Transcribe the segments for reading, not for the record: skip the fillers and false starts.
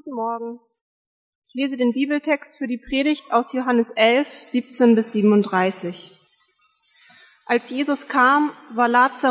Guten Morgen. Ich lese den Bibeltext für die Predigt aus Johannes 11, 17 bis 37. Als Jesus kam, fand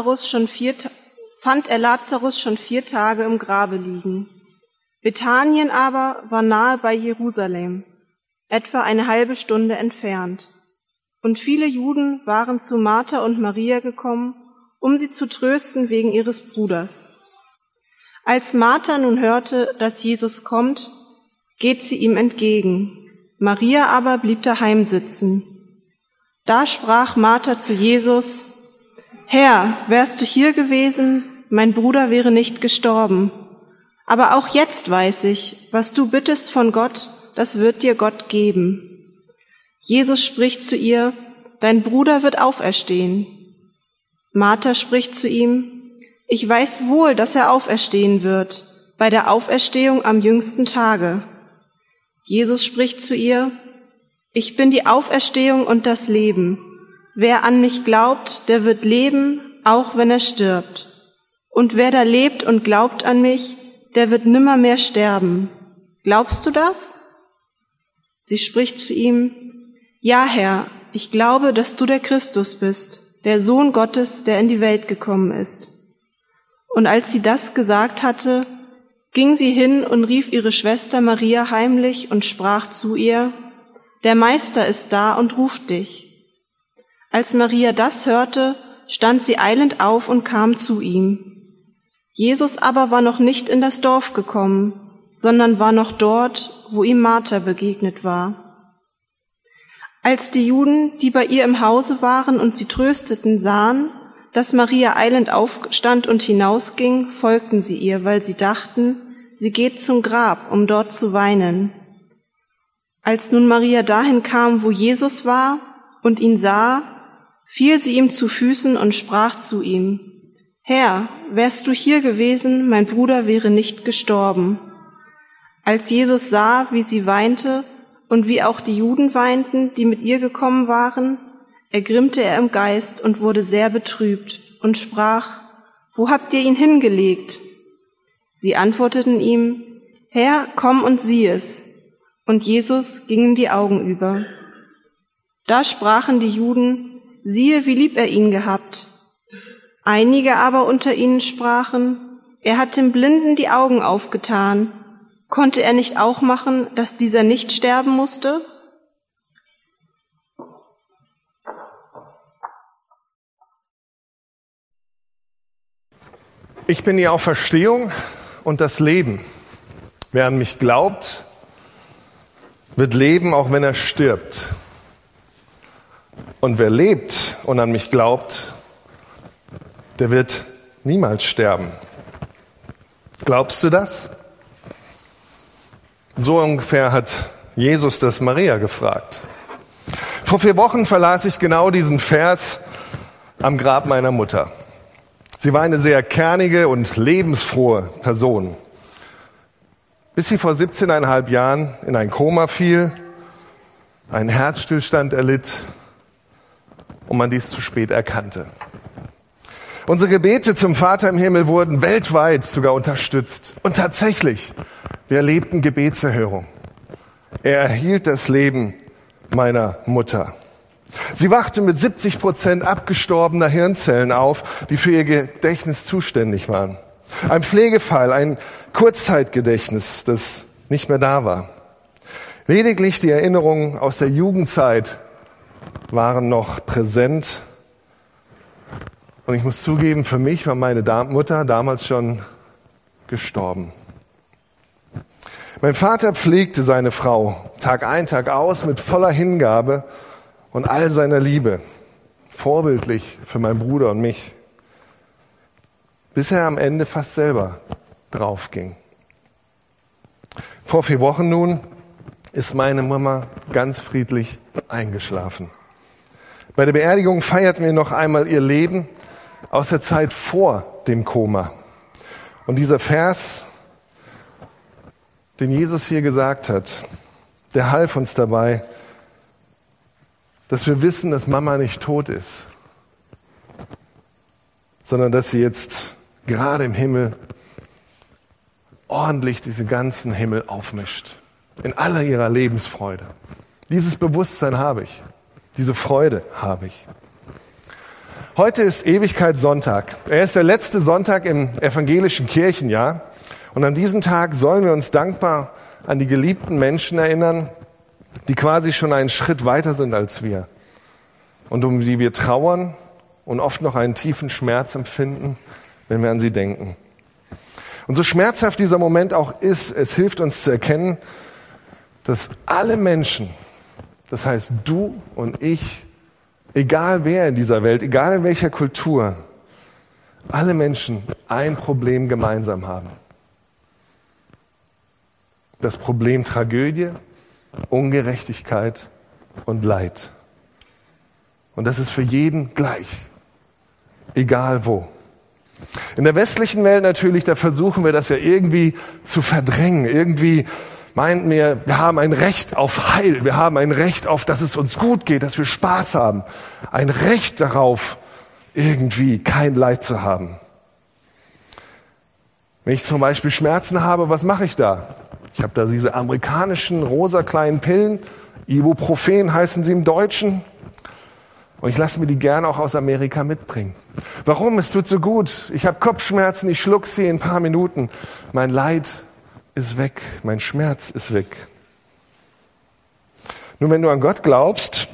er Lazarus schon 4 Tage im Grabe liegen. Bethanien aber war nahe bei Jerusalem, etwa eine halbe Stunde entfernt. Und viele Juden waren zu Martha und Maria gekommen, um sie zu trösten wegen ihres Bruders. Als Martha nun hörte, dass Jesus kommt, geht sie ihm entgegen. Maria aber blieb daheim sitzen. Da sprach Martha zu Jesus: Herr, wärst du hier gewesen, mein Bruder wäre nicht gestorben. Aber auch jetzt weiß ich, was du bittest von Gott, das wird dir Gott geben. Jesus spricht zu ihr: Dein Bruder wird auferstehen. Martha spricht zu ihm: Ich weiß wohl, dass er auferstehen wird, bei der Auferstehung am jüngsten Tage. Jesus spricht zu ihr: Ich bin die Auferstehung und das Leben. Wer an mich glaubt, der wird leben, auch wenn er stirbt. Und wer da lebt und glaubt an mich, der wird nimmermehr sterben. Glaubst du das? Sie spricht zu ihm: Ja, Herr, ich glaube, dass du der Christus bist, der Sohn Gottes, der in die Welt gekommen ist. Und als sie das gesagt hatte, ging sie hin und rief ihre Schwester Maria heimlich und sprach zu ihr: Der Meister ist da und ruft dich. Als Maria das hörte, stand sie eilend auf und kam zu ihm. Jesus aber war noch nicht in das Dorf gekommen, sondern war noch dort, wo ihm Martha begegnet war. Als die Juden, die bei ihr im Hause waren und sie trösteten, sahen, dass Maria eilend aufstand und hinausging, folgten sie ihr, weil sie dachten, sie geht zum Grab, um dort zu weinen. Als nun Maria dahin kam, wo Jesus war und ihn sah, fiel sie ihm zu Füßen und sprach zu ihm: Herr, wärst du hier gewesen, mein Bruder wäre nicht gestorben. Als Jesus sah, wie sie weinte und wie auch die Juden weinten, die mit ihr gekommen waren, ergrimmte er im Geist und wurde sehr betrübt und sprach: Wo habt ihr ihn hingelegt? Sie antworteten ihm: Herr, komm und sieh es. Und Jesus gingen die Augen über. Da sprachen die Juden: Siehe, wie lieb er ihn gehabt. Einige aber unter ihnen sprachen: Er hat dem Blinden die Augen aufgetan. Konnte er nicht auch machen, dass dieser nicht sterben musste? Ich bin die Auferstehung und das Leben. Wer an mich glaubt, wird leben, auch wenn er stirbt. Und wer lebt und an mich glaubt, der wird niemals sterben. Glaubst du das? So ungefähr hat Jesus das Maria gefragt. Vor 4 Wochen verlas ich genau diesen Vers am Grab meiner Mutter. Sie war eine sehr kernige und lebensfrohe Person, bis sie vor 17,5 Jahren in ein Koma fiel, einen Herzstillstand erlitt und man dies zu spät erkannte. Unsere Gebete zum Vater im Himmel wurden weltweit sogar unterstützt. Und tatsächlich, wir erlebten Gebetserhörung. Er erhielt das Leben meiner Mutter. Sie wachte mit 70% abgestorbener Hirnzellen auf, die für ihr Gedächtnis zuständig waren. Ein Pflegefall, ein Kurzzeitgedächtnis, das nicht mehr da war. Lediglich die Erinnerungen aus der Jugendzeit waren noch präsent. Und ich muss zugeben, für mich war meine Mutter damals schon gestorben. Mein Vater pflegte seine Frau Tag ein, Tag aus mit voller Hingabe und all seiner Liebe, vorbildlich für meinen Bruder und mich, bis er am Ende fast selber draufging. Vor 4 Wochen nun ist meine Mama ganz friedlich eingeschlafen. Bei der Beerdigung feierten wir noch einmal ihr Leben aus der Zeit vor dem Koma. Und dieser Vers, den Jesus hier gesagt hat, der half uns dabei, dass wir wissen, dass Mama nicht tot ist, sondern dass sie jetzt gerade im Himmel ordentlich diesen ganzen Himmel aufmischt. In aller ihrer Lebensfreude. Dieses Bewusstsein habe ich. Diese Freude habe ich. Heute ist Ewigkeitssonntag. Er ist der letzte Sonntag im evangelischen Kirchenjahr. Und an diesem Tag sollen wir uns dankbar an die geliebten Menschen erinnern, die quasi schon einen Schritt weiter sind als wir. Und um die wir trauern und oft noch einen tiefen Schmerz empfinden, wenn wir an sie denken. Und so schmerzhaft dieser Moment auch ist, es hilft uns zu erkennen, dass alle Menschen, das heißt du und ich, egal wer in dieser Welt, egal in welcher Kultur, alle Menschen ein Problem gemeinsam haben. Das Problem Tragödie, Ungerechtigkeit und Leid. Und das ist für jeden gleich, egal wo. In der westlichen Welt natürlich, da versuchen wir das ja irgendwie zu verdrängen. Irgendwie meinten wir haben ein Recht auf Heil, wir haben ein Recht auf, dass es uns gut geht, dass wir Spaß haben. Ein Recht darauf, irgendwie kein Leid zu haben. Wenn ich zum Beispiel Schmerzen habe, was mache ich da? Ich habe da diese amerikanischen rosa kleinen Pillen, Ibuprofen heißen sie im Deutschen. Und ich lasse mir die gerne auch aus Amerika mitbringen. Warum? Es tut so gut. Ich habe Kopfschmerzen, ich schluck sie in ein paar Minuten. Mein Leid ist weg, mein Schmerz ist weg. Nur wenn du an Gott glaubst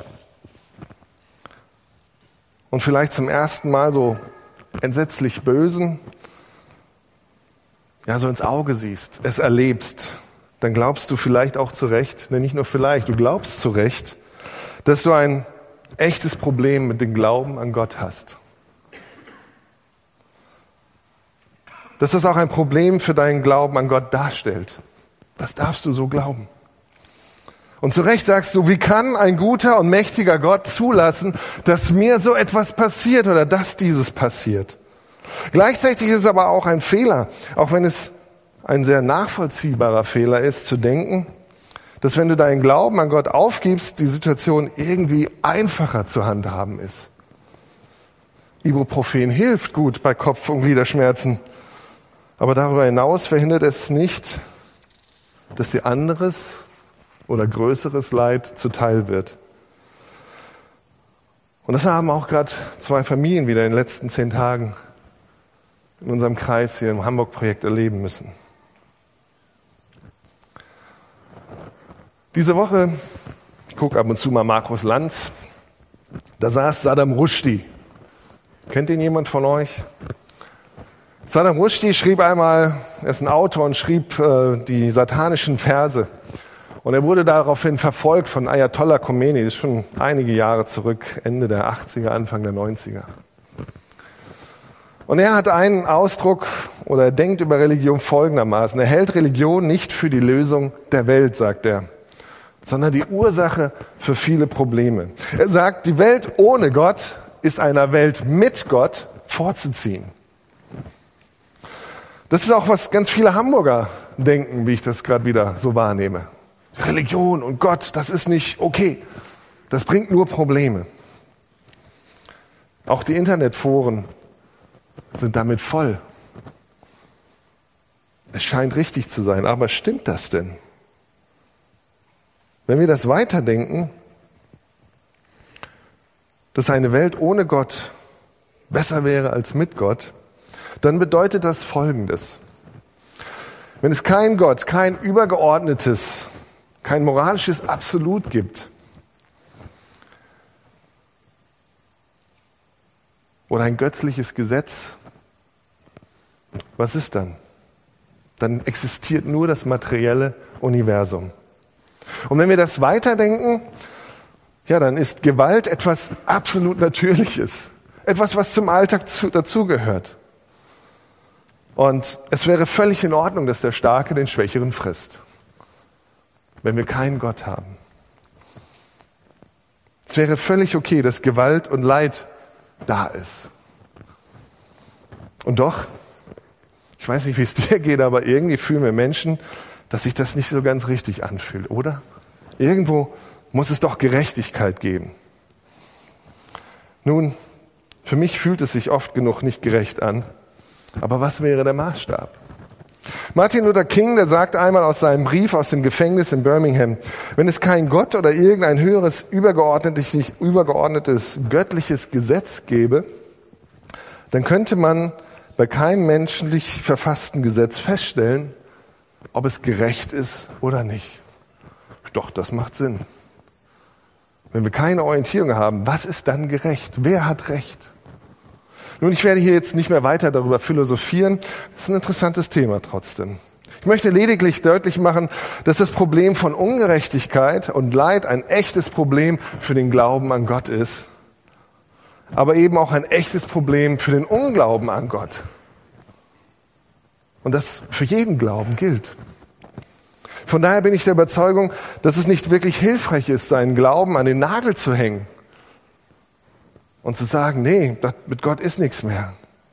und vielleicht zum ersten Mal so entsetzlich Bösen, ja, so ins Auge siehst, es erlebst, dann glaubst du vielleicht auch zu Recht, nicht nur vielleicht, du glaubst zu Recht, dass du ein echtes Problem mit dem Glauben an Gott hast. Dass das auch ein Problem für deinen Glauben an Gott darstellt. Das darfst du so glauben. Und zu Recht sagst du, wie kann ein guter und mächtiger Gott zulassen, dass mir so etwas passiert oder dass dieses passiert? Gleichzeitig ist es aber auch ein Fehler, auch wenn es ein sehr nachvollziehbarer Fehler ist, zu denken, dass wenn du deinen Glauben an Gott aufgibst, die Situation irgendwie einfacher zu handhaben ist. Ibuprofen hilft gut bei Kopf- und Gliederschmerzen, aber darüber hinaus verhindert es nicht, dass dir anderes oder größeres Leid zuteil wird. Und das haben auch gerade 2 Familien wieder in den letzten 10 Tagen in unserem Kreis hier im Hamburg-Projekt erleben müssen. Diese Woche, ich gucke ab und zu mal Markus Lanz, da saß Saddam Rushdie. Kennt ihn jemand von euch? Saddam Rushdie schrieb einmal, er ist ein Autor und schrieb die satanischen Verse. Und er wurde daraufhin verfolgt von Ayatollah Khomeini, das ist schon einige Jahre zurück, Ende der 80er, Anfang der 90er. Und er hat einen Ausdruck, oder er denkt über Religion folgendermaßen. Er hält Religion nicht für die Lösung der Welt, sagt er, sondern die Ursache für viele Probleme. Er sagt, die Welt ohne Gott ist einer Welt mit Gott vorzuziehen. Das ist auch, was ganz viele Hamburger denken, wie ich das gerade wieder so wahrnehme. Religion und Gott, das ist nicht okay. Das bringt nur Probleme. Auch die Internetforen sind damit voll. Es scheint richtig zu sein, aber stimmt das denn? Wenn wir das weiterdenken, dass eine Welt ohne Gott besser wäre als mit Gott, dann bedeutet das Folgendes. Wenn es keinen Gott, kein übergeordnetes, kein moralisches Absolut gibt oder ein göttliches Gesetz, was ist dann? Dann existiert nur das materielle Universum. Und wenn wir das weiterdenken, ja, dann ist Gewalt etwas absolut Natürliches. Etwas, was zum Alltag dazugehört. Und es wäre völlig in Ordnung, dass der Starke den Schwächeren frisst. Wenn wir keinen Gott haben. Es wäre völlig okay, dass Gewalt und Leid da ist. Und doch, ich weiß nicht, wie es dir geht, aber irgendwie fühlen wir Menschen, dass sich das nicht so ganz richtig anfühlt, oder? Irgendwo muss es doch Gerechtigkeit geben. Nun, für mich fühlt es sich oft genug nicht gerecht an. Aber was wäre der Maßstab? Martin Luther King, der sagt einmal aus seinem Brief aus dem Gefängnis in Birmingham: Wenn es keinen Gott oder irgendein höheres, übergeordnetes, göttliches Gesetz gäbe, dann könnte man bei keinem menschlich verfassten Gesetz feststellen, ob es gerecht ist oder nicht. Doch, das macht Sinn. Wenn wir keine Orientierung haben, was ist dann gerecht? Wer hat Recht? Nun, ich werde hier jetzt nicht mehr weiter darüber philosophieren. Das ist ein interessantes Thema trotzdem. Ich möchte lediglich deutlich machen, dass das Problem von Ungerechtigkeit und Leid ein echtes Problem für den Glauben an Gott ist, aber eben auch ein echtes Problem für den Unglauben an Gott. Und das für jeden Glauben gilt. Von daher bin ich der Überzeugung, dass es nicht wirklich hilfreich ist, seinen Glauben an den Nagel zu hängen und zu sagen, nee, mit Gott ist nichts mehr.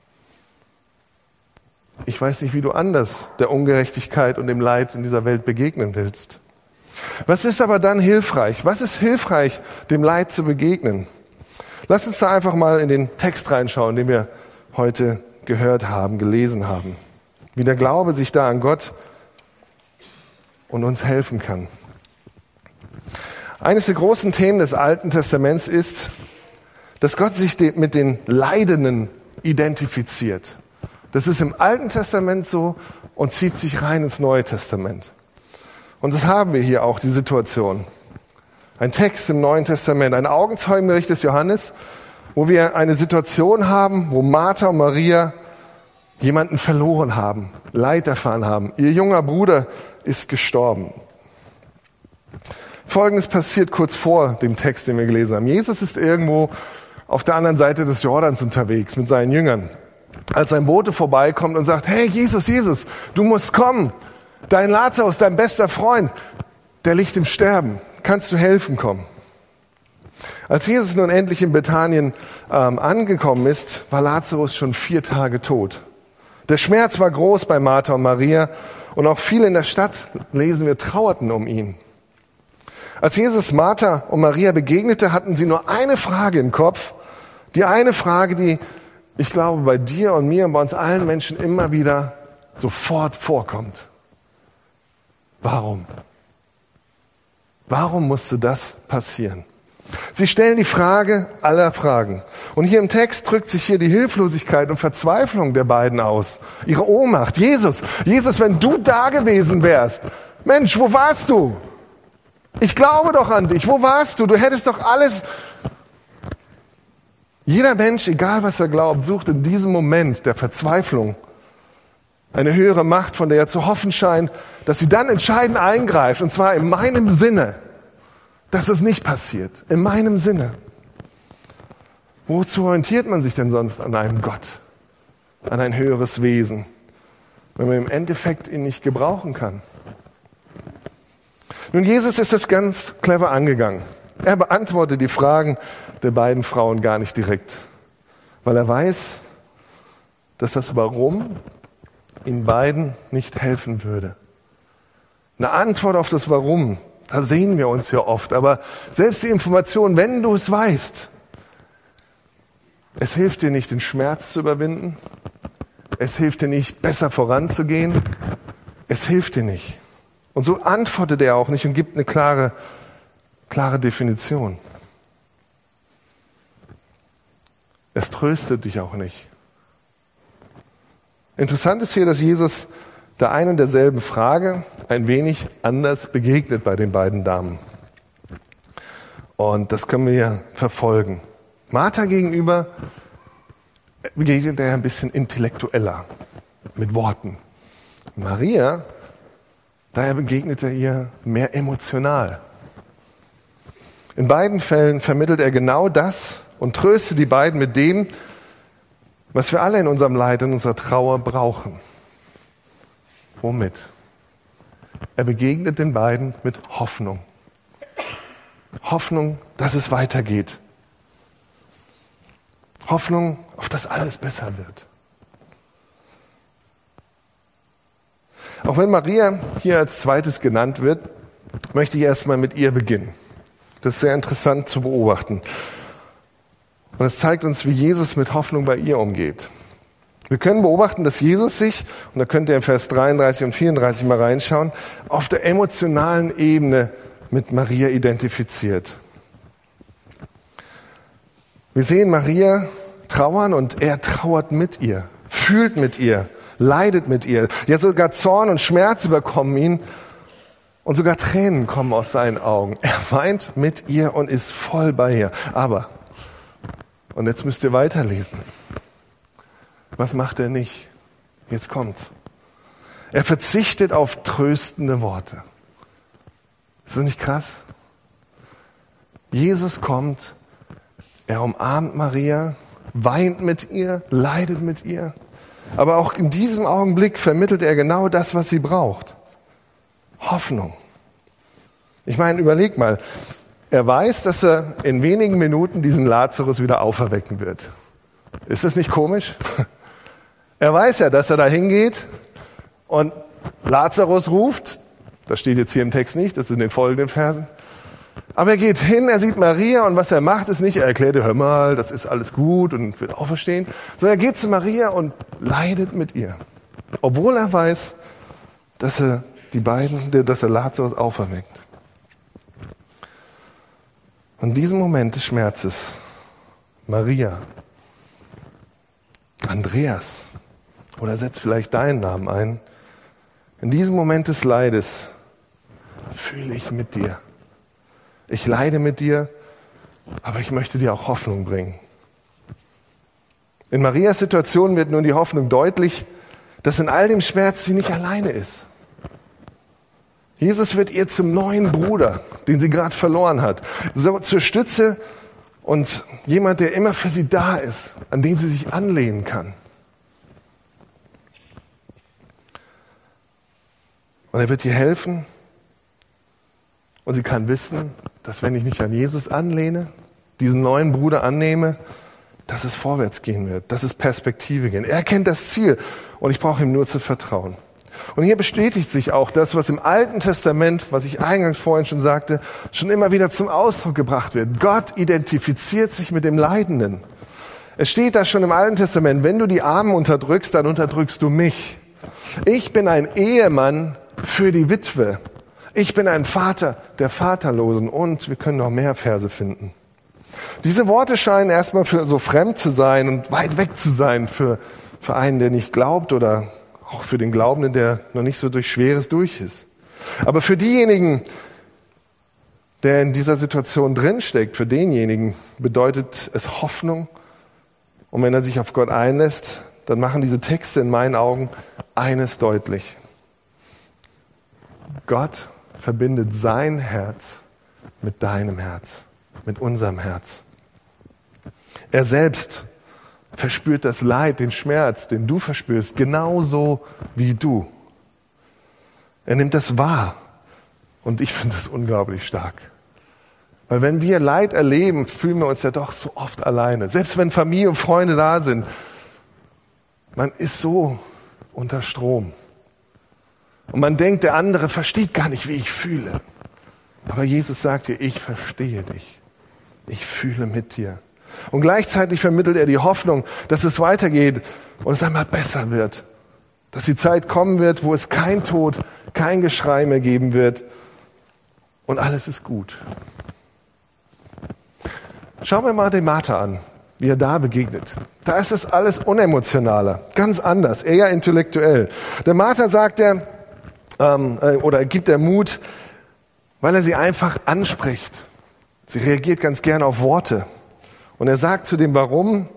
Ich weiß nicht, wie du anders der Ungerechtigkeit und dem Leid in dieser Welt begegnen willst. Was ist aber dann hilfreich? Was ist hilfreich, dem Leid zu begegnen? Lass uns da einfach mal in den Text reinschauen, den wir heute gehört haben, gelesen haben. Wie der Glaube sich da an Gott und uns helfen kann. Eines der großen Themen des Alten Testaments ist, dass Gott sich mit den Leidenden identifiziert. Das ist im Alten Testament so und zieht sich rein ins Neue Testament. Und das haben wir hier auch, die Situation. Ein Text im Neuen Testament, ein Augenzeugenbericht des Johannes, wo wir eine Situation haben, wo Martha und Maria jemanden verloren haben, Leid erfahren haben. Ihr junger Bruder ist gestorben. Folgendes passiert kurz vor dem Text, den wir gelesen haben. Jesus ist irgendwo auf der anderen Seite des Jordans unterwegs mit seinen Jüngern. Als ein Bote vorbeikommt und sagt, hey Jesus, Jesus, du musst kommen. Dein Lazarus, dein bester Freund, der liegt im Sterben. Kannst du helfen, kommen? Als Jesus nun endlich in Bethanien angekommen ist, war Lazarus schon 4 Tage tot. Der Schmerz war groß bei Martha und Maria und auch viele in der Stadt, lesen wir, trauerten um ihn. Als Jesus Martha und Maria begegnete, hatten sie nur eine Frage im Kopf. Die eine Frage, die, ich glaube, bei dir und mir und bei uns allen Menschen immer wieder sofort vorkommt. Warum? Warum musste das passieren? Sie stellen die Frage aller Fragen. Und hier im Text drückt sich hier die Hilflosigkeit und Verzweiflung der beiden aus. Ihre Ohnmacht. Jesus, wenn du da gewesen wärst. Mensch, wo warst du? Ich glaube doch an dich. Wo warst du? Du hättest doch alles. Jeder Mensch, egal was er glaubt, sucht in diesem Moment der Verzweiflung eine höhere Macht, von der er zu hoffen scheint, dass sie dann entscheidend eingreift. Und zwar in meinem Sinne. Dass es nicht passiert. In meinem Sinne. Wozu orientiert man sich denn sonst an einem Gott? An ein höheres Wesen? Wenn man im Endeffekt ihn nicht gebrauchen kann. Nun, Jesus ist das ganz clever angegangen. Er beantwortet die Fragen der beiden Frauen gar nicht direkt. Weil er weiß, dass das Warum ihnen beiden nicht helfen würde. Eine Antwort auf das Warum, da sehen wir uns ja oft. Aber selbst die Information, wenn du es weißt, es hilft dir nicht, den Schmerz zu überwinden. Es hilft dir nicht, besser voranzugehen. Es hilft dir nicht. Und so antwortet er auch nicht und gibt eine klare Definition. Es tröstet dich auch nicht. Interessant ist hier, dass Jesus der einen und derselben Frage ein wenig anders begegnet bei den beiden Damen. Und das können wir ja verfolgen. Martha gegenüber begegnet er ein bisschen intellektueller, mit Worten. Maria, daher begegnet er ihr mehr emotional. In beiden Fällen vermittelt er genau das und tröstet die beiden mit dem, was wir alle in unserem Leid und unserer Trauer brauchen. Womit? Er begegnet den beiden mit Hoffnung. Hoffnung, dass es weitergeht. Hoffnung, auf dass alles besser wird. Auch wenn Maria hier als zweites genannt wird, möchte ich erstmal mit ihr beginnen. Das ist sehr interessant zu beobachten. Und es zeigt uns, wie Jesus mit Hoffnung bei ihr umgeht. Wir können beobachten, dass Jesus sich, und da könnt ihr in Vers 33 und 34 mal reinschauen, auf der emotionalen Ebene mit Maria identifiziert. Wir sehen Maria trauern und er trauert mit ihr, fühlt mit ihr, leidet mit ihr. Ja, sogar Zorn und Schmerz überkommen ihn und sogar Tränen kommen aus seinen Augen. Er weint mit ihr und ist voll bei ihr. Aber, und jetzt müsst ihr weiterlesen. Was macht er nicht? Jetzt kommt's. Er verzichtet auf tröstende Worte. Ist das nicht krass? Jesus kommt, er umarmt Maria, weint mit ihr, leidet mit ihr. Aber auch in diesem Augenblick vermittelt er genau das, was sie braucht. Hoffnung. Ich meine, überleg mal. Er weiß, dass er in wenigen Minuten diesen Lazarus wieder auferwecken wird. Ist das nicht komisch? Er weiß ja, dass er da hingeht und Lazarus ruft. Das steht jetzt hier im Text nicht, das ist in den folgenden Versen. Aber er geht hin, er sieht Maria und was er macht, ist nicht, er erklärt ihr, hör mal, das ist alles gut und wird auferstehen, sondern er geht zu Maria und leidet mit ihr. Obwohl er weiß, dass er Lazarus auferweckt. In diesem Moment des Schmerzes, Maria, Andreas, oder setz vielleicht deinen Namen ein, in diesem Moment des Leides fühle ich mit dir. Ich leide mit dir, aber ich möchte dir auch Hoffnung bringen. In Marias Situation wird nun die Hoffnung deutlich, dass in all dem Schmerz sie nicht alleine ist. Jesus wird ihr zum neuen Bruder, den sie gerade verloren hat, so zur Stütze und jemand, der immer für sie da ist, an den sie sich anlehnen kann. Und er wird ihr helfen und sie kann wissen, dass wenn ich mich an Jesus anlehne, diesen neuen Bruder annehme, dass es vorwärts gehen wird, dass es Perspektive gehen. Er kennt das Ziel und ich brauche ihm nur zu vertrauen. Und hier bestätigt sich auch das, was im Alten Testament, was ich eingangs vorhin schon sagte, schon immer wieder zum Ausdruck gebracht wird. Gott identifiziert sich mit dem Leidenden. Es steht da schon im Alten Testament, wenn du die Armen unterdrückst, dann unterdrückst du mich. Ich bin ein Ehemann für die Witwe. Ich bin ein Vater der Vaterlosen. Und wir können noch mehr Verse finden. Diese Worte scheinen erstmal für so fremd zu sein und weit weg zu sein für einen, der nicht glaubt oder auch für den Glaubenden, der noch nicht so durch Schweres durch ist. Aber für diejenigen, der in dieser Situation drinsteckt, für denjenigen bedeutet es Hoffnung. Und wenn er sich auf Gott einlässt, dann machen diese Texte in meinen Augen eines deutlich. Gott verbindet sein Herz mit deinem Herz, mit unserem Herz. Er selbst verspürt das Leid, den Schmerz, den du verspürst, genauso wie du. Er nimmt das wahr. Und ich finde das unglaublich stark. Weil wenn wir Leid erleben, fühlen wir uns ja doch so oft alleine. Selbst wenn Familie und Freunde da sind. Man ist so unter Strom. Und man denkt, der andere versteht gar nicht, wie ich fühle. Aber Jesus sagt dir, ich verstehe dich. Ich fühle mit dir. Und gleichzeitig vermittelt er die Hoffnung, dass es weitergeht und es einmal besser wird. Dass die Zeit kommen wird, wo es kein Tod, kein Geschrei mehr geben wird und alles ist gut. Schauen wir mal den Martha an, wie er da begegnet. Da ist es alles unemotionaler, ganz anders, eher intellektuell. Der Martha sagt er, oder gibt er Mut, weil er sie einfach anspricht. Sie reagiert ganz gerne auf Worte. Und er sagt zu dem Warum,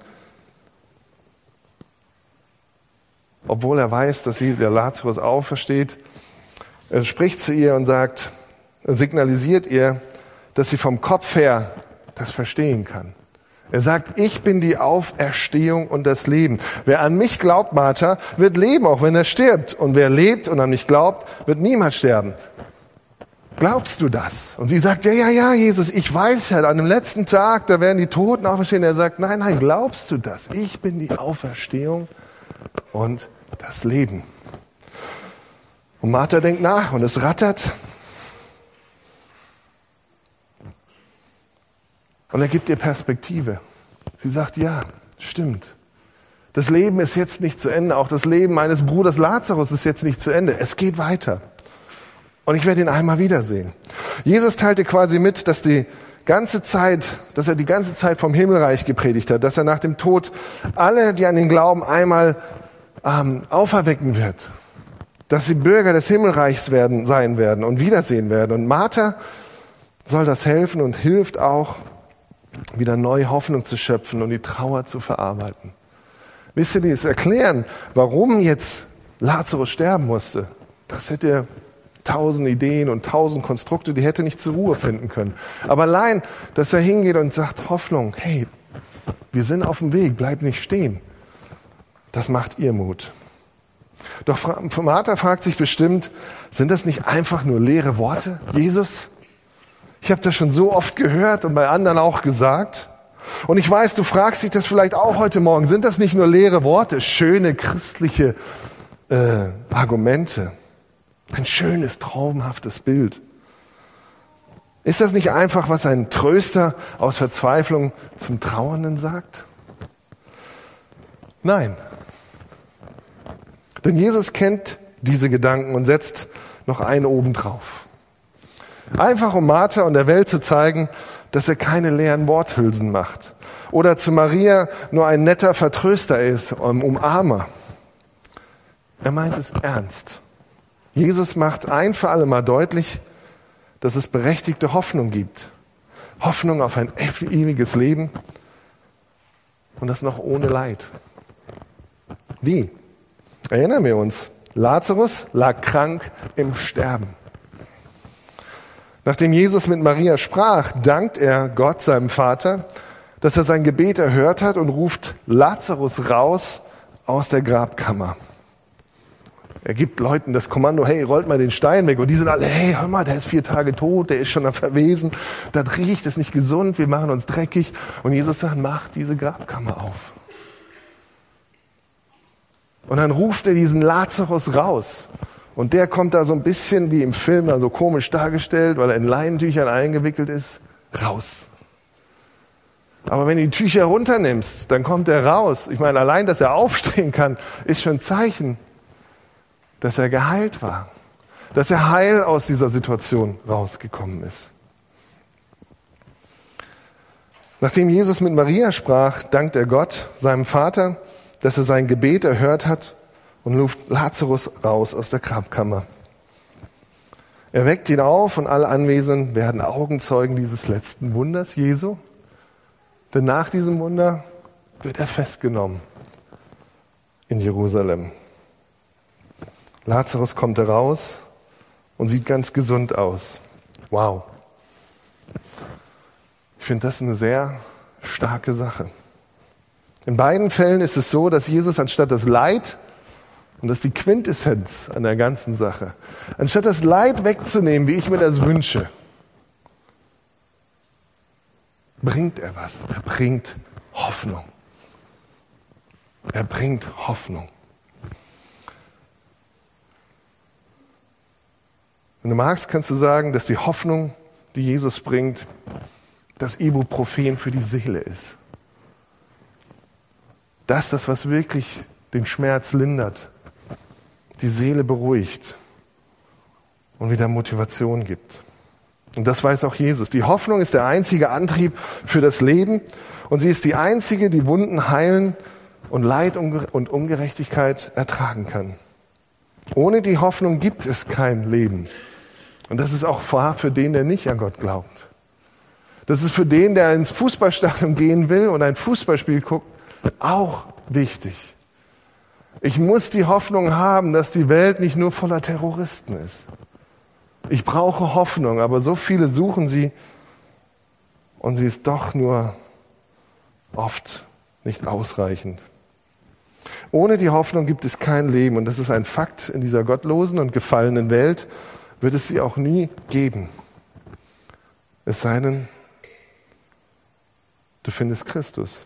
obwohl er weiß, dass der Lazarus aufersteht, er spricht zu ihr und sagt, er signalisiert ihr, dass sie vom Kopf her das verstehen kann. Er sagt, ich bin die Auferstehung und das Leben. Wer an mich glaubt, Martha, wird leben, auch wenn er stirbt. Und wer lebt und an mich glaubt, wird niemals sterben. Glaubst du das? Und sie sagt, ja, Jesus, ich weiß ja, an dem letzten Tag, da werden die Toten auferstehen. Er sagt, nein, glaubst du das? Ich bin die Auferstehung und das Leben. Und Martha denkt nach und es rattert. Und er gibt ihr Perspektive. Sie sagt, ja, stimmt. Das Leben ist jetzt nicht zu Ende. Auch das Leben meines Bruders Lazarus ist jetzt nicht zu Ende. Es geht weiter. Und ich werde ihn einmal wiedersehen. Jesus teilte quasi mit, dass er die ganze Zeit vom Himmelreich gepredigt hat, dass er nach dem Tod alle, die an ihn glauben, einmal auferwecken wird. Dass sie Bürger des Himmelreichs sein werden und wiedersehen werden. Und Martha soll das helfen und hilft auch, wieder neue Hoffnung zu schöpfen und die Trauer zu verarbeiten. Wisst ihr, das erklären, warum jetzt Lazarus sterben musste, das hätte 1000 Ideen und 1000 Konstrukte, die hätte nicht zur Ruhe finden können. Aber allein, dass er hingeht und sagt, Hoffnung, hey, wir sind auf dem Weg, bleib nicht stehen. Das macht ihr Mut. Doch Martha fragt sich bestimmt, sind das nicht einfach nur leere Worte, Jesus? Ich habe das schon so oft gehört und bei anderen auch gesagt. Und ich weiß, du fragst dich das vielleicht auch heute Morgen. Sind das nicht nur leere Worte, schöne christliche Argumente? Ein schönes, traumhaftes Bild. Ist das nicht einfach, was ein Tröster aus Verzweiflung zum Trauernden sagt? Nein. Denn Jesus kennt diese Gedanken und setzt noch einen obendrauf. Einfach um Martha und der Welt zu zeigen, dass er keine leeren Worthülsen macht. Oder zu Maria nur ein netter Vertröster ist, Umarmer. Er meint es ernst. Jesus macht ein für alle Mal deutlich, dass es berechtigte Hoffnung gibt. Hoffnung auf ein ewiges Leben und das noch ohne Leid. Wie? Erinnern wir uns, Lazarus lag krank im Sterben. Nachdem Jesus mit Maria sprach, dankt er Gott, seinem Vater, dass er sein Gebet erhört hat und ruft Lazarus raus aus der Grabkammer. Er gibt Leuten das Kommando, hey, rollt mal den Stein weg. Und die sind alle, hey, hör mal, der ist 4 Tage tot, der ist schon am Verwesen, das riecht, das ist nicht gesund, wir machen uns dreckig. Und Jesus sagt, mach diese Grabkammer auf. Und dann ruft er diesen Lazarus raus. Und der kommt da so ein bisschen wie im Film, da so komisch dargestellt, weil er in Leinentüchern eingewickelt ist, raus. Aber wenn du die Tücher runternimmst, dann kommt er raus. Ich meine, allein, dass er aufstehen kann, ist schon ein Zeichen, dass er geheilt war. Dass er heil aus dieser Situation rausgekommen ist. Nachdem Jesus mit Maria sprach, dankt er Gott, seinem Vater, dass er sein Gebet erhört hat und ruft Lazarus raus aus der Grabkammer. Er weckt ihn auf und alle Anwesenden werden Augenzeugen dieses letzten Wunders Jesu. Denn nach diesem Wunder wird er festgenommen in Jerusalem. Lazarus kommt heraus und sieht ganz gesund aus. Wow. Ich finde das eine sehr starke Sache. In beiden Fällen ist es so, dass Jesus anstatt das Leid, und das ist die Quintessenz an der ganzen Sache, anstatt das Leid wegzunehmen, wie ich mir das wünsche, bringt er was. Er bringt Hoffnung. Er bringt Hoffnung. Wenn du magst, kannst du sagen, dass die Hoffnung, die Jesus bringt, das Ibuprofen für die Seele ist. Das, was wirklich den Schmerz lindert, die Seele beruhigt und wieder Motivation gibt. Und das weiß auch Jesus. Die Hoffnung ist der einzige Antrieb für das Leben und sie ist die einzige, die Wunden heilen und Leid und Ungerechtigkeit ertragen kann. Ohne die Hoffnung gibt es kein Leben. Und das ist auch wahr für den, der nicht an Gott glaubt. Das ist für den, der ins Fußballstadion gehen will und ein Fußballspiel guckt, auch wichtig. Ich muss die Hoffnung haben, dass die Welt nicht nur voller Terroristen ist. Ich brauche Hoffnung, aber so viele suchen sie und sie ist doch nur oft nicht ausreichend. Ohne die Hoffnung gibt es kein Leben und das ist ein Fakt in dieser gottlosen und gefallenen Welt, wird es sie auch nie geben. Es sei denn, du findest Christus.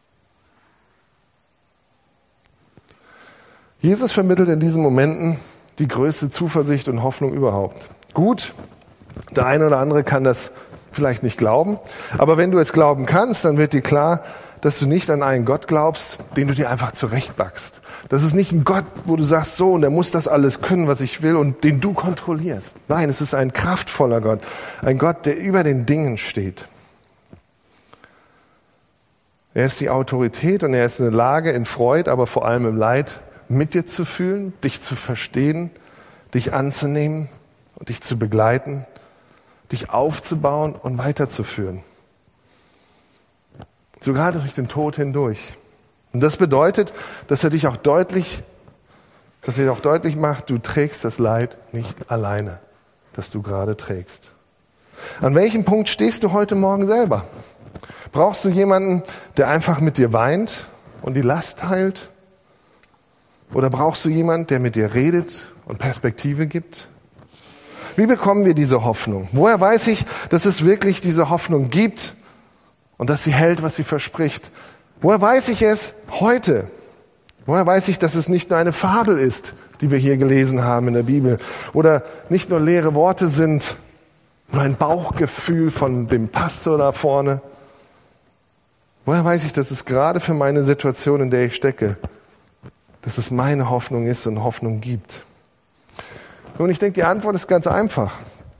Jesus vermittelt in diesen Momenten die größte Zuversicht und Hoffnung überhaupt. Gut, der eine oder andere kann das vielleicht nicht glauben, aber wenn du es glauben kannst, dann wird dir klar, dass du nicht an einen Gott glaubst, den du dir einfach zurechtbackst. Das ist nicht ein Gott, wo du sagst, so, und der muss das alles können, was ich will, und den du kontrollierst. Nein, es ist ein kraftvoller Gott, ein Gott, der über den Dingen steht. Er ist die Autorität und er ist in der Lage, in Freude, aber vor allem im Leid, mit dir zu fühlen, dich zu verstehen, dich anzunehmen und dich zu begleiten, dich aufzubauen und weiterzuführen. Sogar durch den Tod hindurch. Und das bedeutet, dass er dir auch deutlich macht, du trägst das Leid nicht alleine, das du gerade trägst. An welchem Punkt stehst du heute Morgen selber? Brauchst du jemanden, der einfach mit dir weint und die Last teilt? Oder brauchst du jemanden, der mit dir redet und Perspektive gibt? Wie bekommen wir diese Hoffnung? Woher weiß ich, dass es wirklich diese Hoffnung gibt und dass sie hält, was sie verspricht? Woher weiß ich es heute? Woher weiß ich, dass es nicht nur eine Fabel ist, die wir hier gelesen haben in der Bibel? Oder nicht nur leere Worte sind, nur ein Bauchgefühl von dem Pastor da vorne? Woher weiß ich, dass es gerade für meine Situation, in der ich stecke, dass es meine Hoffnung ist und Hoffnung gibt? Nun, ich denke, die Antwort ist ganz einfach.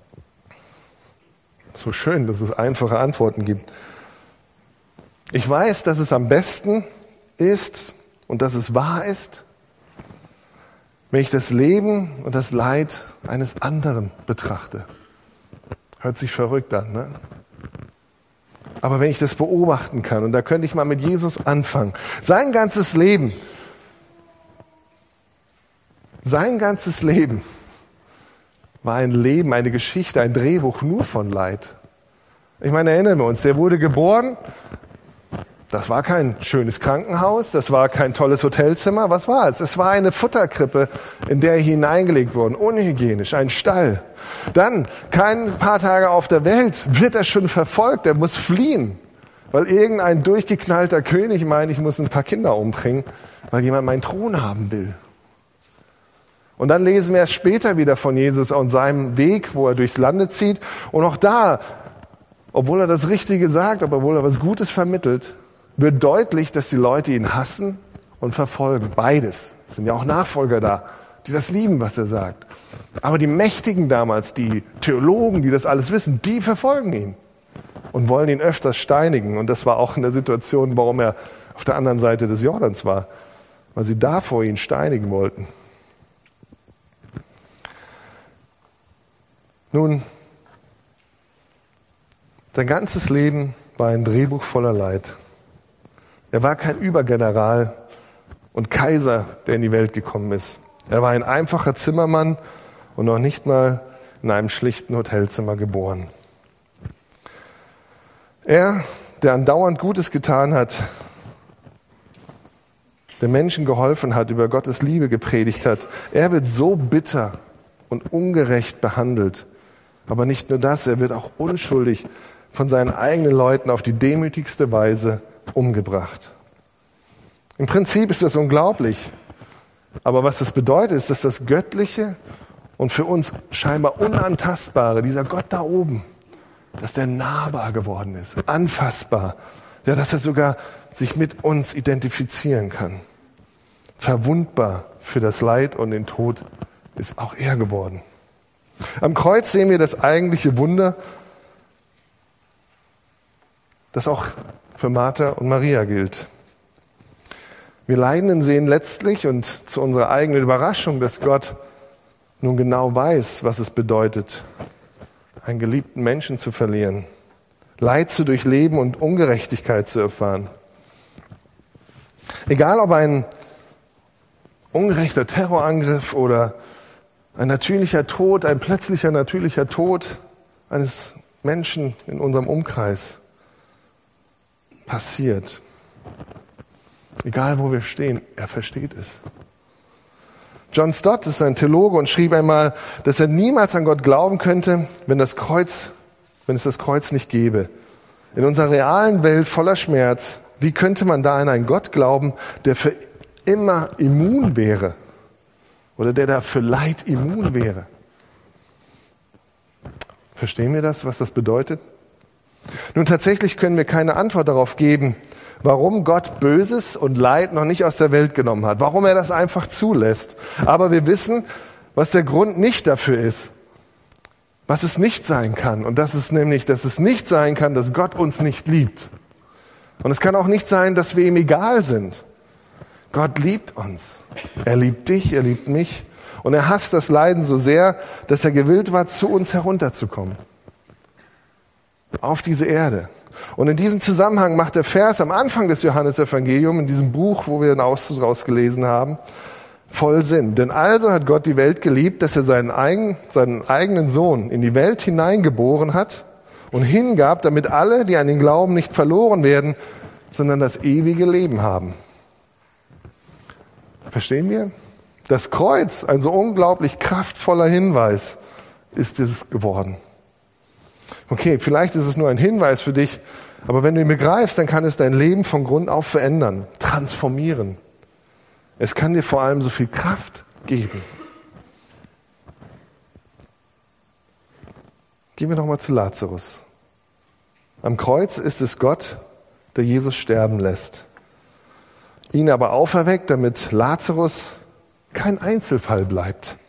So schön, dass es einfache Antworten gibt. Ich weiß, dass es am besten ist und dass es wahr ist, wenn ich das Leben und das Leid eines anderen betrachte. Hört sich verrückt an, ne? Aber wenn ich das beobachten kann, und da könnte ich mal mit Jesus anfangen, sein ganzes Leben war ein Leben, eine Geschichte, ein Drehbuch nur von Leid. Ich meine, erinnern wir uns, der wurde geboren, das war kein schönes Krankenhaus, das war kein tolles Hotelzimmer, was war es? Es war eine Futterkrippe, in der er hineingelegt wurde, unhygienisch, ein Stall. Dann, kein paar Tage auf der Welt, wird er schon verfolgt, er muss fliehen, weil irgendein durchgeknallter König meint, ich muss ein paar Kinder umbringen, weil jemand meinen Thron haben will. Und dann lesen wir erst später wieder von Jesus und seinem Weg, wo er durchs Lande zieht. Und auch da, obwohl er das Richtige sagt, obwohl er was Gutes vermittelt, wird deutlich, dass die Leute ihn hassen und verfolgen. Beides. Es sind ja auch Nachfolger da, die das lieben, was er sagt. Aber die Mächtigen damals, die Theologen, die das alles wissen, die verfolgen ihn und wollen ihn öfters steinigen. Und das war auch in der Situation, warum er auf der anderen Seite des Jordans war, weil sie davor ihn steinigen wollten. Nun, sein ganzes Leben war ein Drehbuch voller Leid. Er war kein Übergeneral und Kaiser, der in die Welt gekommen ist. Er war ein einfacher Zimmermann und noch nicht mal in einem schlichten Hotelzimmer geboren. Er, der andauernd Gutes getan hat, der Menschen geholfen hat, über Gottes Liebe gepredigt hat, er wird so bitter und ungerecht behandelt. Aber nicht nur das, er wird auch unschuldig von seinen eigenen Leuten auf die demütigste Weise umgebracht. Im Prinzip ist das unglaublich. Aber was das bedeutet, ist, dass das Göttliche und für uns scheinbar Unantastbare, dieser Gott da oben, dass der nahbar geworden ist, anfassbar. Ja, dass er sogar sich mit uns identifizieren kann. Verwundbar für das Leid und den Tod ist auch er geworden. Am Kreuz sehen wir das eigentliche Wunder, das auch für Martha und Maria gilt. Wir Leidenden sehen letztlich und zu unserer eigenen Überraschung, dass Gott nun genau weiß, was es bedeutet, einen geliebten Menschen zu verlieren, Leid zu durchleben und Ungerechtigkeit zu erfahren. Egal ob ein ungerechter Terrorangriff oder ein natürlicher Tod, ein plötzlicher natürlicher Tod eines Menschen in unserem Umkreis passiert. Egal wo wir stehen, er versteht es. John Stott ist ein Theologe und schrieb einmal, dass er niemals an Gott glauben könnte, wenn es das Kreuz nicht gäbe. In unserer realen Welt voller Schmerz, wie könnte man da an einen Gott glauben, der für immer immun wäre? Oder der da für Leid immun wäre? Verstehen wir das, was das bedeutet? Nun, tatsächlich können wir keine Antwort darauf geben, warum Gott Böses und Leid noch nicht aus der Welt genommen hat, warum er das einfach zulässt. Aber wir wissen, was der Grund nicht dafür ist, was es nicht sein kann. Und das ist nämlich, dass es nicht sein kann, dass Gott uns nicht liebt. Und es kann auch nicht sein, dass wir ihm egal sind. Gott liebt uns. Er liebt dich, er liebt mich. Und er hasst das Leiden so sehr, dass er gewillt war, zu uns herunterzukommen. Auf diese Erde. Und in diesem Zusammenhang macht der Vers am Anfang des Johannesevangeliums, in diesem Buch, wo wir einen Auszug daraus gelesen haben, voll Sinn. Denn also hat Gott die Welt geliebt, dass er seinen eigenen Sohn in die Welt hineingeboren hat und hingab, damit alle, die an ihn glauben, nicht verloren werden, sondern das ewige Leben haben. Verstehen wir? Das Kreuz, ein so unglaublich kraftvoller Hinweis, ist es geworden. Okay, vielleicht ist es nur ein Hinweis für dich, aber wenn du ihn begreifst, dann kann es dein Leben von Grund auf verändern, transformieren. Es kann dir vor allem so viel Kraft geben. Gehen wir nochmal zu Lazarus. Am Kreuz ist es Gott, der Jesus sterben lässt. Ihn aber auferweckt, damit Lazarus kein Einzelfall bleibt.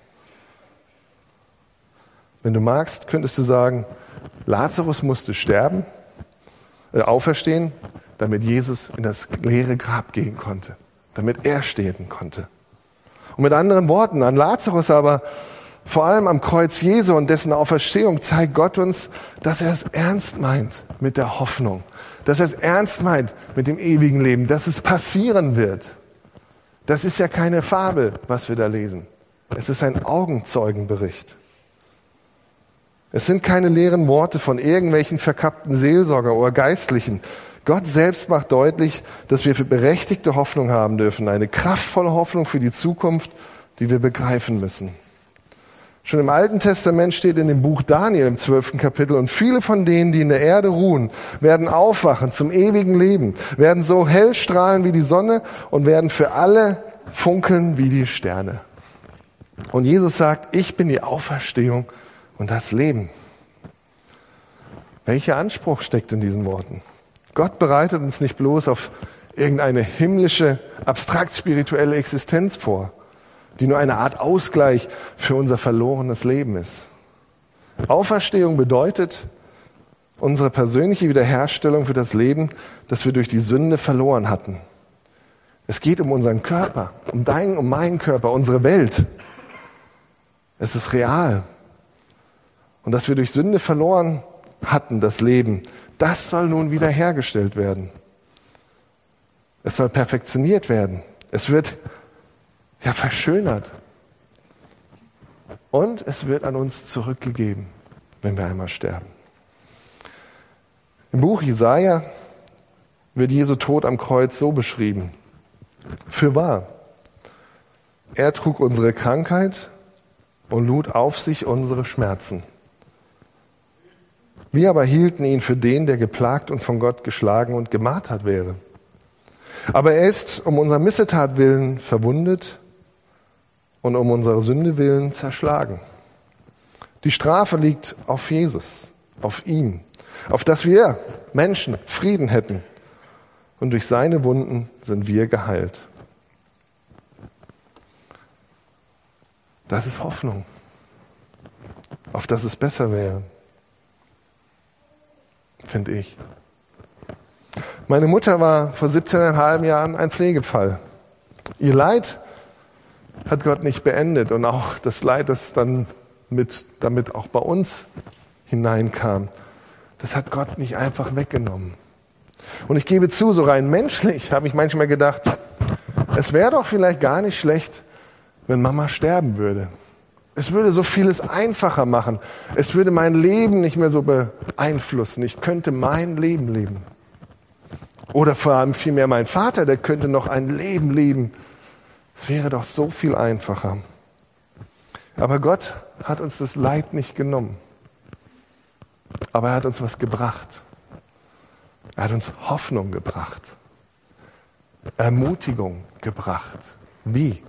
Wenn du magst, könntest du sagen, Lazarus musste auferstehen, damit Jesus in das leere Grab gehen konnte, damit er sterben konnte. Und mit anderen Worten, an Lazarus aber, vor allem am Kreuz Jesu und dessen Auferstehung, zeigt Gott uns, dass er es ernst meint mit der Hoffnung, dass er es ernst meint mit dem ewigen Leben, dass es passieren wird. Das ist ja keine Fabel, was wir da lesen. Es ist ein Augenzeugenbericht. Es sind keine leeren Worte von irgendwelchen verkappten Seelsorger oder Geistlichen. Gott selbst macht deutlich, dass wir für berechtigte Hoffnung haben dürfen, eine kraftvolle Hoffnung für die Zukunft, die wir begreifen müssen. Schon im Alten Testament steht in dem Buch Daniel im 12. Kapitel, und viele von denen, die in der Erde ruhen, werden aufwachen zum ewigen Leben, werden so hell strahlen wie die Sonne und werden für alle funkeln wie die Sterne. Und Jesus sagt, ich bin die Auferstehung und das Leben. Welcher Anspruch steckt in diesen Worten? Gott bereitet uns nicht bloß auf irgendeine himmlische, abstrakt spirituelle Existenz vor, die nur eine Art Ausgleich für unser verlorenes Leben ist. Auferstehung bedeutet unsere persönliche Wiederherstellung für das Leben, das wir durch die Sünde verloren hatten. Es geht um unseren Körper, um deinen, um meinen Körper, unsere Welt. Es ist real. Und dass wir durch Sünde verloren hatten, das Leben, das soll nun wiederhergestellt werden. Es soll perfektioniert werden. Es wird verschönert. Und es wird an uns zurückgegeben, wenn wir einmal sterben. Im Buch Jesaja wird Jesu Tod am Kreuz so beschrieben. Fürwahr, er trug unsere Krankheit und lud auf sich unsere Schmerzen. Wir aber hielten ihn für den, der geplagt und von Gott geschlagen und gemartert wäre. Aber er ist um unserer Missetat willen verwundet und um unserer Sünde willen zerschlagen. Die Strafe liegt auf Jesus, auf ihm, auf dass wir Menschen Frieden hätten. Und durch seine Wunden sind wir geheilt. Das ist Hoffnung, auf dass es besser wäre, finde ich. Meine Mutter war vor 17,5 Jahren ein Pflegefall. Ihr Leid hat Gott nicht beendet und auch das Leid, das dann damit auch bei uns hineinkam, das hat Gott nicht einfach weggenommen. Und ich gebe zu, so rein menschlich habe ich manchmal gedacht, es wäre doch vielleicht gar nicht schlecht, wenn Mama sterben würde. Es würde so vieles einfacher machen. Es würde mein Leben nicht mehr so beeinflussen. Ich könnte mein Leben leben. Oder vor allem vielmehr mein Vater, der könnte noch ein Leben leben. Es wäre doch so viel einfacher. Aber Gott hat uns das Leid nicht genommen. Aber er hat uns was gebracht. Er hat uns Hoffnung gebracht. Ermutigung gebracht. Wie?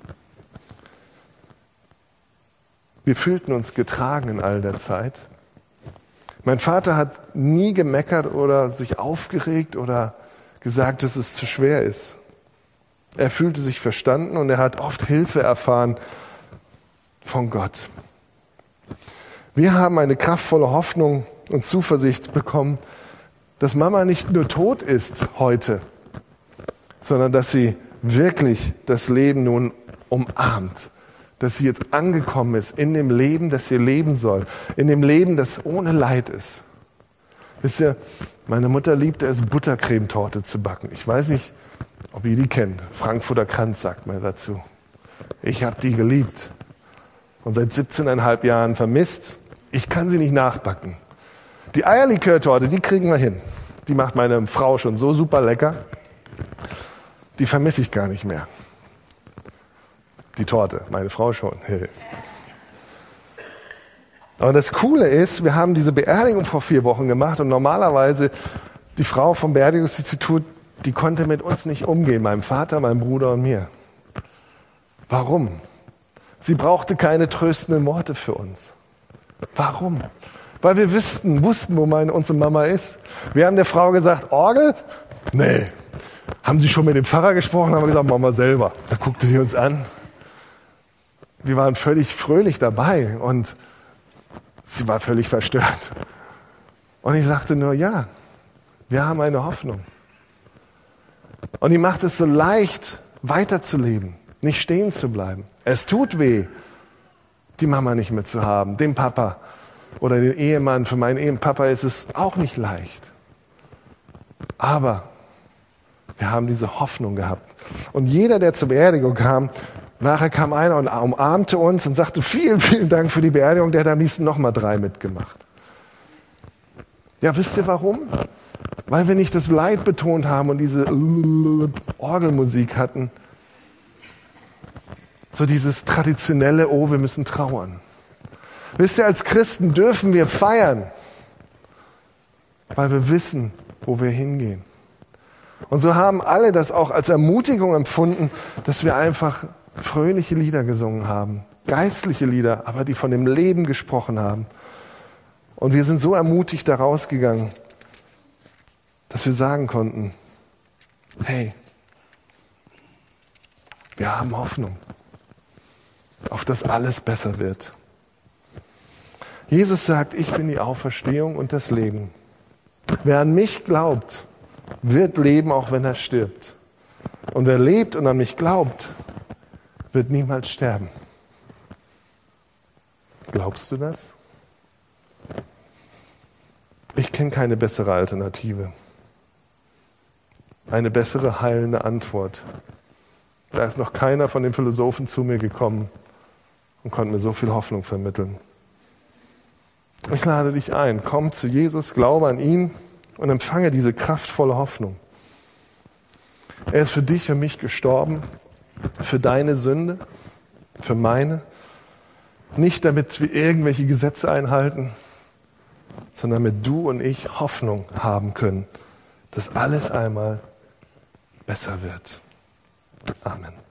Wir fühlten uns getragen in all der Zeit. Mein Vater hat nie gemeckert oder sich aufgeregt oder gesagt, dass es zu schwer ist. Er fühlte sich verstanden und er hat oft Hilfe erfahren von Gott. Wir haben eine kraftvolle Hoffnung und Zuversicht bekommen, dass Mama nicht nur tot ist heute, sondern dass sie wirklich das Leben nun umarmt. Dass sie jetzt angekommen ist in dem Leben, das sie leben soll. In dem Leben, das ohne Leid ist. Wisst ihr, meine Mutter liebte es, Buttercremetorte zu backen. Ich weiß nicht, ob ihr die kennt. Frankfurter Kranz sagt man dazu. Ich habe die geliebt. Und seit 17,5 Jahren vermisst. Ich kann sie nicht nachbacken. Die Eierlikörtorte, die kriegen wir hin. Die macht meine Frau schon so super lecker. Die vermisse ich gar nicht mehr. Die Torte, meine Frau schon. Aber das Coole ist, wir haben diese Beerdigung vor 4 Wochen gemacht und normalerweise die Frau vom Beerdigungsinstitut, die konnte mit uns nicht umgehen, meinem Vater, meinem Bruder und mir. Warum? Sie brauchte keine tröstenden Worte für uns. Warum? Weil wir wussten, wo unsere Mama ist. Wir haben der Frau gesagt, Orgel? Nee. Haben Sie schon mit dem Pfarrer gesprochen? Haben wir gesagt, Mama selber. Da guckte sie uns an. Wir waren völlig fröhlich dabei und sie war völlig verstört. Und ich sagte nur, ja, wir haben eine Hoffnung. Und die macht es so leicht, weiterzuleben, nicht stehen zu bleiben. Es tut weh, die Mama nicht mehr zu haben, den Papa oder den Ehemann. Für meinen Papa ist es auch nicht leicht. Aber wir haben diese Hoffnung gehabt. Und jeder, der zur Beerdigung kam, nachher kam einer und umarmte uns und sagte, vielen, vielen Dank für die Beerdigung, der hat am liebsten nochmal 3 mitgemacht. Ja, wisst ihr warum? Weil wir nicht das Leid betont haben und diese Orgelmusik hatten. So dieses traditionelle, oh, wir müssen trauern. Wisst ihr, als Christen dürfen wir feiern, weil wir wissen, wo wir hingehen. Und so haben alle das auch als Ermutigung empfunden, dass wir einfach fröhliche Lieder gesungen haben. Geistliche Lieder, aber die von dem Leben gesprochen haben. Und wir sind so ermutigt da rausgegangen, dass wir sagen konnten, hey, wir haben Hoffnung, auf dass alles besser wird. Jesus sagt, ich bin die Auferstehung und das Leben. Wer an mich glaubt, wird leben, auch wenn er stirbt. Und wer lebt und an mich glaubt, wird niemals sterben. Glaubst du das? Ich kenne keine bessere Alternative. Eine bessere heilende Antwort. Da ist noch keiner von den Philosophen zu mir gekommen und konnte mir so viel Hoffnung vermitteln. Ich lade dich ein, komm zu Jesus, glaube an ihn und empfange diese kraftvolle Hoffnung. Er ist für dich und mich gestorben, für deine Sünde, für meine. Nicht damit wir irgendwelche Gesetze einhalten, sondern damit du und ich Hoffnung haben können, dass alles einmal besser wird. Amen.